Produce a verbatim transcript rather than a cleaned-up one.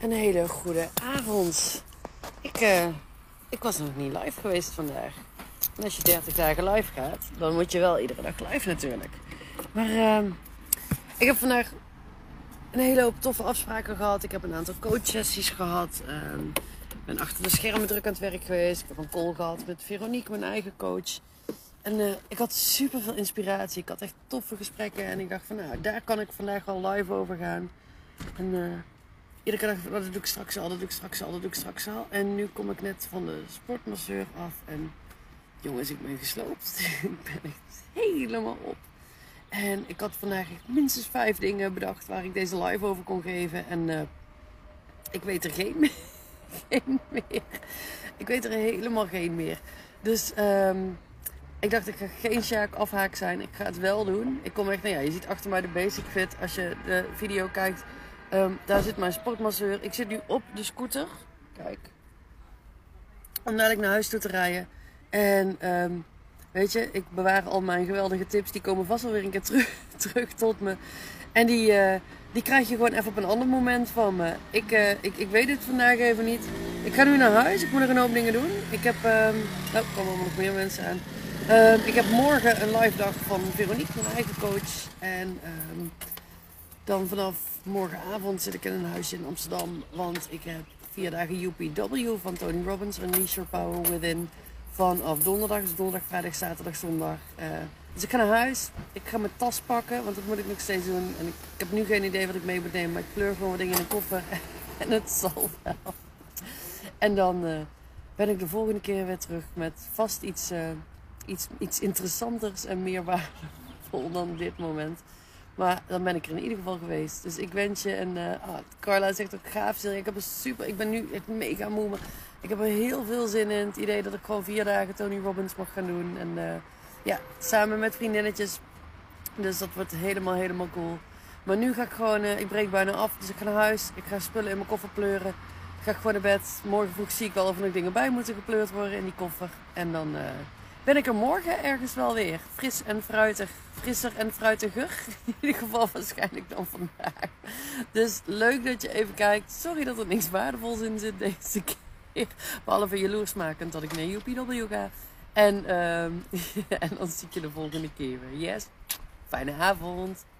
Een hele goede avond. Ik, uh, ik was nog niet live geweest vandaag. En als je dertig dagen live gaat, dan moet je wel iedere dag live natuurlijk. Maar uh, ik heb vandaag een hele hoop toffe afspraken gehad. Ik heb een aantal coachsessies gehad. Uh, ik ben achter de schermen druk aan het werk geweest. Ik heb een call gehad met Veronique, mijn eigen coach. En uh, ik had super veel inspiratie. Ik had echt toffe gesprekken. En ik dacht van nou, daar kan ik vandaag al live over gaan. En uh, iedere keer dacht ik, dat doe ik straks al, dat doe ik straks al, dat doe ik straks al. En nu kom ik net van de sportmasseur af. En jongens, ik ben gesloopt. Ik ben echt helemaal op. En ik had vandaag echt minstens vijf dingen bedacht waar ik deze live over kon geven. En uh, ik weet er geen meer. geen meer. Ik weet er helemaal geen meer. Dus um, ik dacht, ik ga geen Sjaak afhaak zijn. Ik ga het wel doen. Ik kom echt, nou ja, je ziet achter mij de Basic Fit. Als je de video kijkt, um, daar zit mijn sportmasseur. Ik zit nu op de scooter. Kijk. Om dadelijk naar huis toe te rijden. En um, weet je, ik bewaar al mijn geweldige tips. Die komen vast wel weer een keer terug, terug tot me. En die, uh, die krijg je gewoon even op een ander moment van me. Ik, uh, ik, ik weet het vandaag even niet. Ik ga nu naar huis. Ik moet nog een hoop dingen doen. Ik heb... Um, oh, er komen nog meer mensen aan. Uh, ik heb morgen een live dag van Veronique, mijn eigen coach. En uh, dan vanaf morgenavond zit ik in een huisje in Amsterdam. Want ik heb vier dagen U P W van Tony Robbins, Unleash Your Power Within. Vanaf donderdag, dus donderdag, vrijdag, zaterdag, zondag. Uh, dus ik ga naar huis. Ik ga mijn tas pakken, want dat moet ik nog steeds doen. En ik, ik heb nu geen idee wat ik mee moet nemen. Maar ik pleur gewoon wat dingen in een koffer. En het zal wel. En dan uh, ben ik de volgende keer weer terug met vast iets... Uh, Iets, iets interessanters en meer waardevol dan dit moment. Maar dan ben ik er in ieder geval geweest. Dus ik wens je en uh, oh, Carla zegt ook gaaf. Silja. Ik heb een super. Ik ben nu echt mega moe. Maar ik heb er heel veel zin in. Het idee dat ik gewoon vier dagen Tony Robbins mag gaan doen. En uh, ja, samen met vriendinnetjes. Dus dat wordt helemaal, helemaal cool. Maar nu ga ik gewoon, uh, ik breek bijna af. Dus ik ga naar huis. Ik ga spullen in mijn koffer pleuren. Ik ga gewoon naar bed. Morgen vroeg zie ik wel of er nog dingen bij moeten gepleurd worden in die koffer. En dan... Uh, ben ik er morgen ergens wel weer. Fris en fruitig. Frisser en fruitiger. In ieder geval waarschijnlijk dan vandaag. Dus leuk dat je even kijkt. Sorry dat er niks waardevols in zit deze keer. Behalve jaloersmakend dat ik naar U P W ga. En, um, en dan zie ik je de volgende keer weer. Yes. Fijne avond.